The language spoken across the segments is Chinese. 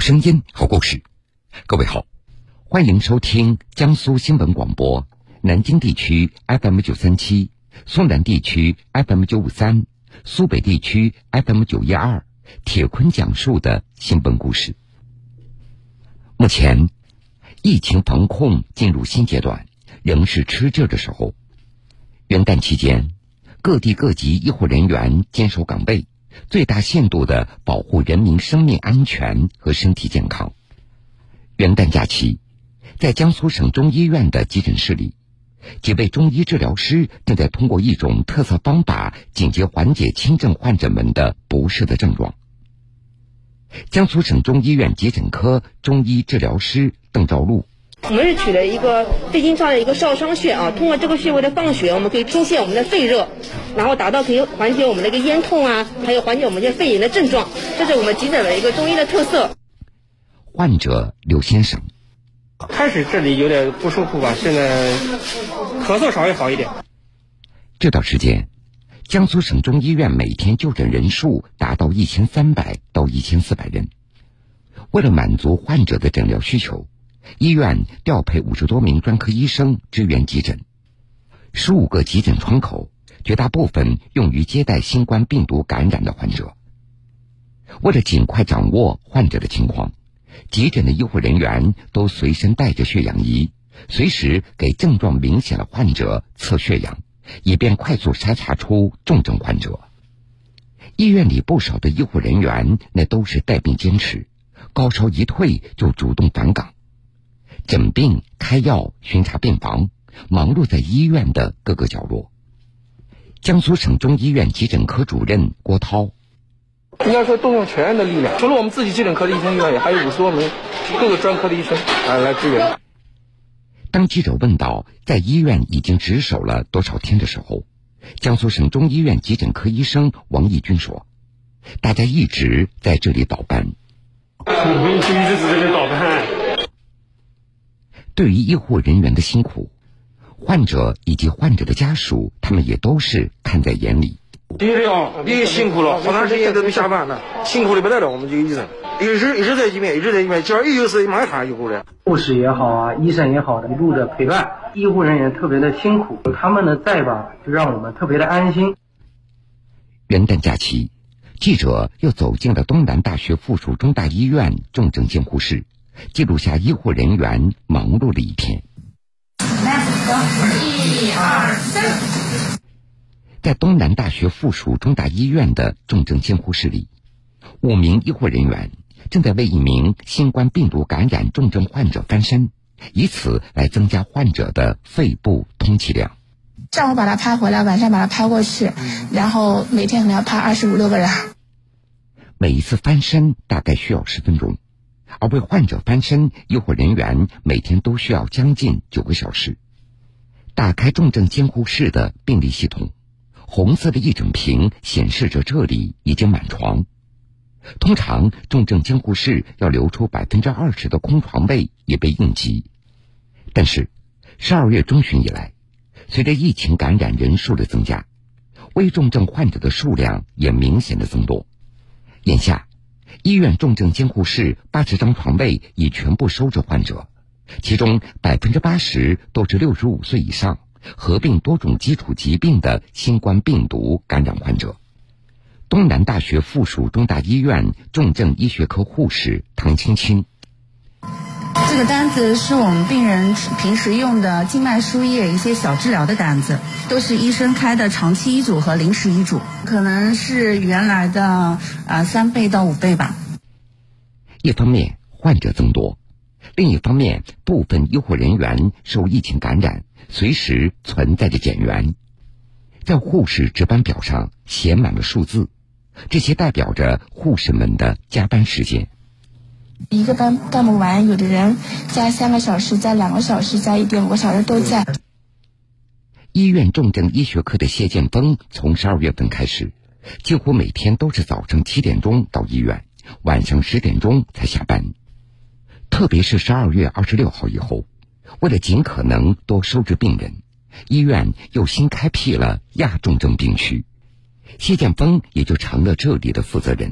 声音，好故事。各位好，欢迎收听江苏新闻广播南京地区 FM937， 苏南地区 FM953， 苏北地区 FM912， 铁坤讲述的新闻故事。目前疫情防控进入新阶段，仍是吃劲的时候。元旦期间，各地各级医护人员坚守岗位，最大限度地保护人民生命安全和身体健康。元旦假期，在江苏省中医院的急诊室里，几位中医治疗师正在通过一种特色方法紧急缓解轻症患者们的不适的症状。江苏省中医院急诊科中医治疗师邓兆禄， 我们是取了一个肺经上的一个少商穴啊，通过这个穴位的放血，我们可以清泻我们的肺热，然后达到可以缓解我们的一个咽痛啊，还有缓解我们一些肺炎的症状，这是我们急诊的一个中医的特色。 患者刘先生， 开始这里有点不舒服吧，现在咳嗽稍微好一点。 这段时间，江苏省中医院每天就诊人数达到1300到1400人。为了满足患者的诊疗需求，医院调配50多名专科医生支援急诊，15个急诊窗口，绝大部分用于接待新冠病毒感染的患者。为了尽快掌握患者的情况，急诊的医护人员都随身带着血氧仪，随时给症状明显的患者测血氧，以便快速筛查出重症患者。医院里不少的医护人员那都是带病坚持，高烧一退就主动返岗，诊病开药巡查病房，忙碌在医院的各个角落。江苏省中医院急诊科主任郭涛， 应该说动用全院的力量，除了我们自己急诊科的医生以外，还有50多名各个专科的医生来支援。 当记者问到在医院已经值守了多少天的时候，江苏省中医院急诊科医生王义军说，大家一直在这里倒班。 我们一直在这里倒班。 对于医护人员的辛苦，患者以及患者的家属，他们也都是看在眼里。 对的啊，你辛苦了，好长时间都没下班了，辛苦的不得了。我们这个医生一直在一边，只要一有事马上喊就过来。 护士也好啊，医生也好的一路的陪伴，医护人员特别的辛苦，他们的在吧，就让我们特别的安心。 元旦假期，记者又走进了东南大学附属中大医院重症监护室，记录下医护人员忙碌的一天。 来，1、2、3。 在东南大学附属中大医院的重症监护室里，5名医护人员正在为一名新冠病毒感染重症患者翻身，以此来增加患者的肺部通气量。 上午把他拍回来，晚上把他拍过去，然后每天可能要拍25、6个人。 每一次翻身大概需要10分钟，而为患者翻身，医护人员每天都需要将近9个小时。打开重症监护室的病历系统，红色的一整屏显示着这里已经满床。通常重症监护室要留出20%的空床位也被应急。但是12月中旬以来，随着疫情感染人数的增加，危重症患者的数量也明显的增多。眼下医院重症监护室80张床位已全部收治患者，其中80%都是65岁以上合并多种基础疾病的新冠病毒感染患者。东南大学附属中大医院重症医学科护士唐青青， 这个单子是我们病人平时用的静脉输液一些小治疗的单子，都是医生开的长期医嘱和临时医嘱，可能是原来的3倍到5倍吧。 一方面患者增多，另一方面部分医护人员受疫情感染，随时存在着减员。在护士值班表上写满了数字，这些代表着护士们的加班时间。 一个班干不完，有的人加3个小时，加2个小时，加1.5个小时都在。 医院重症医学科的谢建峰从12月份开始，几乎每天都是早上7点钟到医院，晚上10点钟才下班。特别是12月26号以后，为了尽可能多收治病人，医院又新开辟了亚重症病区，谢建峰也就成了这里的负责人。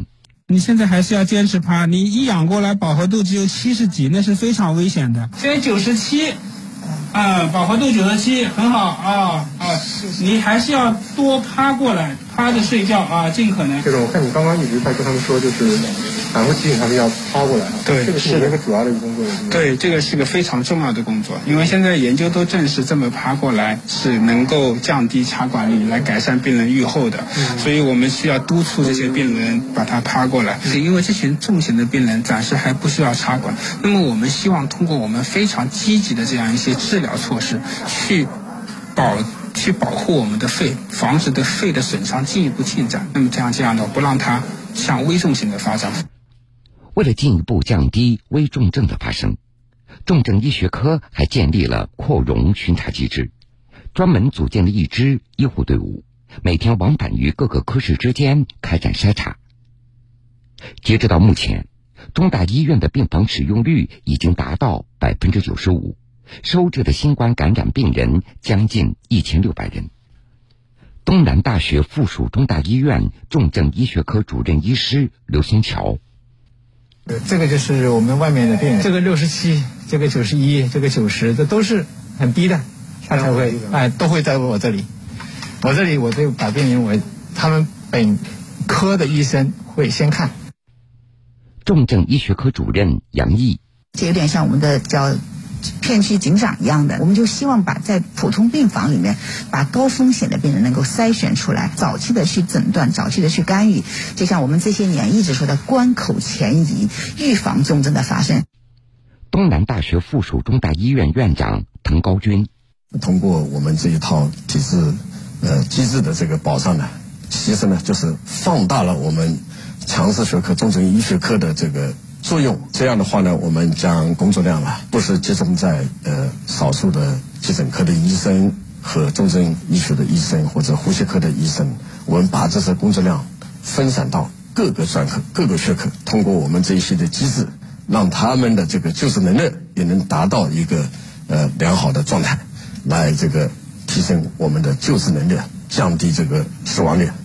你现在还是要坚持爬，你一仰过来饱和度只有70几，那是非常危险的。现在97，饱和度97，很好啊。你还是要多趴过来，趴着睡觉啊，尽可能。 这种我看你刚刚一直在跟他们说，就是反复提醒他们要趴过来。 对， 这个是一个主要的一个工作。 对，这个是个非常重要的工作，因为现在研究都证实，这么趴过来是能够降低插管率，来改善病人预后的。所以我们需要督促这些病人把它趴过来，因为这群重型的病人暂时还不需要插管。那么我们希望通过我们非常积极的这样一些治疗措施，去保护我们的肺，防止对肺的损伤进一步进展。那么这样的不让它向危重型的发展。 为了进一步降低危重症的发生，重症医学科还建立了扩容巡查机制，专门组建了一支医护队伍，每天往返于各个科室之间开展筛查。截止到目前，中大医院的病房使用率已经达到 95%， 收治的新冠感染病人将近1600人。东南大学附属中大医院重症医学科主任医师刘先桥， 这个就是我们外面的病人，这个67，这个91，这个90，这都是很低的，他才会都会在我这里。我就把病人他们本科的医生会先看。 重症医学科主任杨毅， 这有点像我们的叫片区警长一样的，我们就希望在普通病房里面把高风险的病人能够筛选出来，早期的去诊断，早期的去干预，就像我们这些年一直说的关口前移，预防重症的发生。 东南大学附属中大医院院长滕高军， 通过我们这一套体制机制的这个保障呢，其实呢就是放大了我们强势学科重症医学科的这个作用。这样的话呢，我们将工作量不是集中在少数的急诊科的医生和重症医学的医生或者呼吸科的医生，我们把这些工作量分散到各个专科、各个学科，通过我们这一系列机制，让他们的这个救治能力也能达到一个良好的状态，来这个提升我们的救治能力，降低这个死亡率。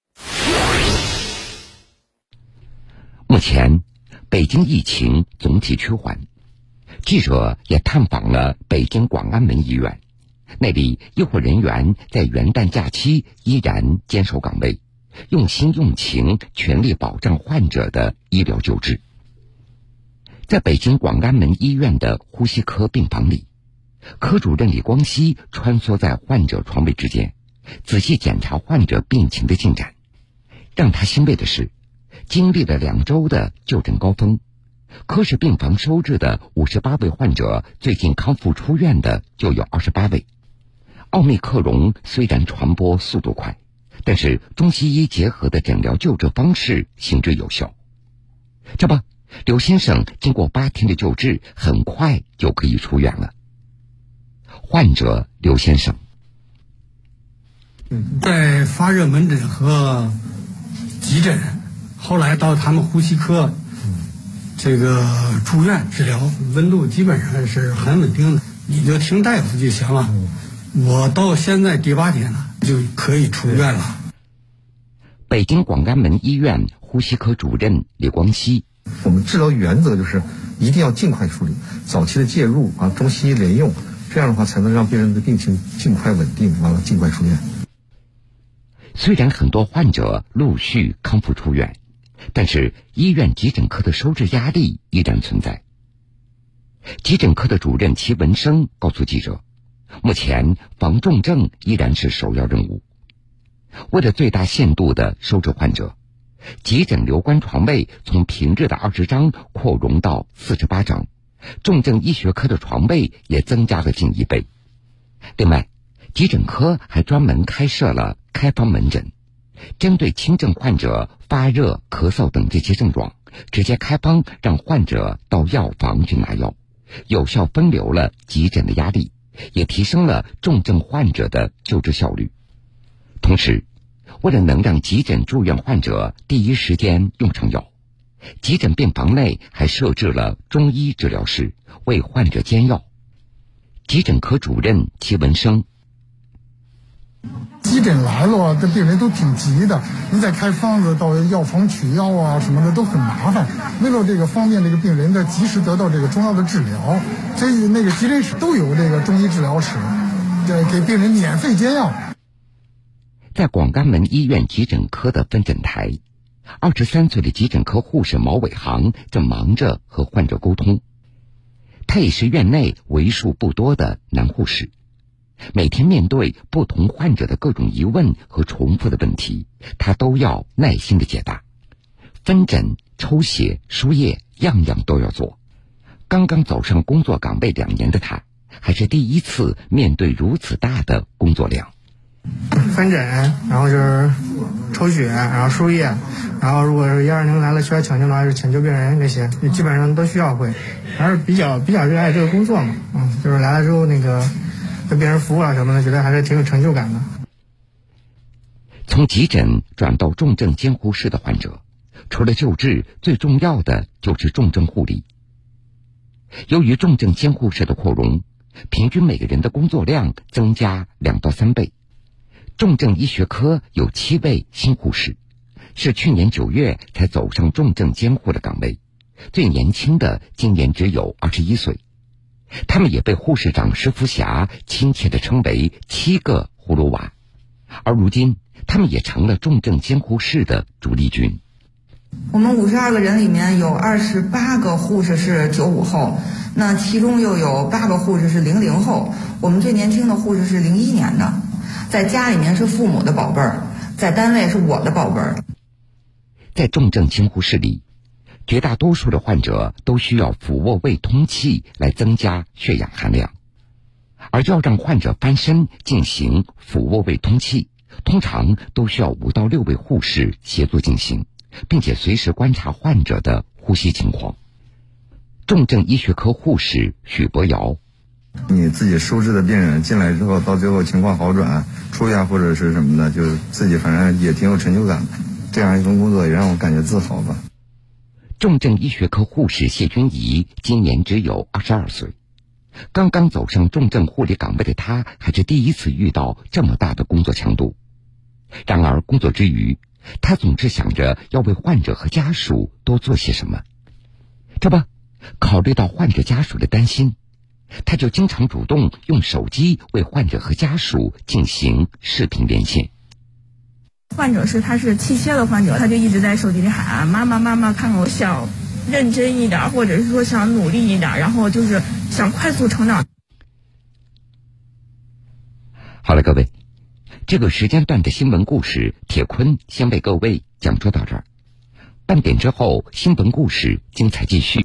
目前北京疫情总体趋缓，记者也探访了北京广安门医院，那里医护人员在元旦假期依然坚守岗位，用心用情，全力保障患者的医疗救治。在北京广安门医院的呼吸科病房里，科主任李光熙穿梭在患者床位之间，仔细检查患者病情的进展。让他欣慰的是，经历了2周的就诊高峰，科室病房收治的58位患者，最近康复出院的就有28位。奥密克戎虽然传播速度快，但是中西医结合的诊疗救治方式行之有效。这不，刘先生经过8天的救治，很快就可以出院了。患者刘先生， 在发热门诊和急诊，后来到他们呼吸科这个住院治疗，温度基本上是很稳定的，你就听大夫就行了。我到现在第8天了，就可以出院了。 北京广安门医院呼吸科主任李光熙， 我们治疗原则就是一定要尽快处理，早期的介入中西医联用，这样的话才能让病人的病情尽快稳定，完了尽快出院。 虽然很多患者陆续康复出院，但是医院急诊科的收治压力依然存在。急诊科的主任齐文生告诉记者，目前防重症依然是首要任务。为了最大限度地收治患者，急诊留观床位从平日的20张扩容到48张，重症医学科的床位也增加了近1倍。另外，急诊科还专门开设了开方门诊，针对轻症患者发热、咳嗽等这些症状，直接开方让患者到药房去拿药，有效分流了急诊的压力，也提升了重症患者的救治效率。同时，为了能让急诊住院患者第一时间用上药，急诊病房内还设置了中医治疗室，为患者煎药。急诊科主任齐文生， 急诊来了，这病人都挺急的，你再开方子到药房取药啊什么的都很麻烦。为了这个方便这个病人的及时得到这个中药的治疗，所以那个急诊室都有这个中医治疗室，给病人免费煎药。 在广安门医院急诊科的分诊台，23岁的急诊科护士毛伟航正忙着和患者沟通。他也是院内为数不多的男护士，每天面对不同患者的各种疑问和重复的问题，他都要耐心的解答。分诊、抽血、输液，样样都要做。刚刚走上工作岗位2年的他，还是第一次面对如此大的工作量。 分诊，然后就是抽血，然后输液，然后如果是120来了需要抢救的话，是抢救病人，这些基本上都需要会，还是比较热爱这个工作嘛，就是来了之后那个对病人服务啊什么的，觉得还是挺有成就感的。 从急诊转到重症监护室的患者，除了救治，最重要的就是重症护理。由于重症监护室的扩容，平均每个人的工作量增加2到3倍。重症医学科有7位新护士，是去年9月才走上重症监护的岗位，最年轻的今年只有21岁。他们也被护士长施福霞亲切地称为7个葫芦娃，而如今他们也成了重症监护室的主力军。 我们52个人里面有28个护士是95后，那其中又有8个护士是00后，我们最年轻的护士是01年的，在家里面是父母的宝贝儿，在单位是我的宝贝儿。 在重症监护室里，绝大多数的患者都需要俯卧位通气来增加血氧含量，而要让患者翻身进行俯卧位通气，通常都需要5到6位护士协作进行，并且随时观察患者的呼吸情况。重症医学科护士许博瑶， 你自己收治的病人进来之后，到最后情况好转，出院或者是什么的，就自己反正也挺有成就感的。这样一份工作也让我感觉自豪吧。 重症医学科护士谢君怡今年只有22岁，刚刚走上重症护理岗位的她，还是第一次遇到这么大的工作强度。然而工作之余，她总是想着要为患者和家属多做些什么。这不，考虑到患者家属的担心，他就经常主动用手机为患者和家属进行视频连线。 患者他是气切的患者，他就一直在手机里喊妈妈妈妈，看我想认真一点，或者是说想努力一点，然后就是想快速成长。 好了，各位，这个时间段的新闻故事，铁坤先为各位讲述到这儿。半点之后，新闻故事精彩继续。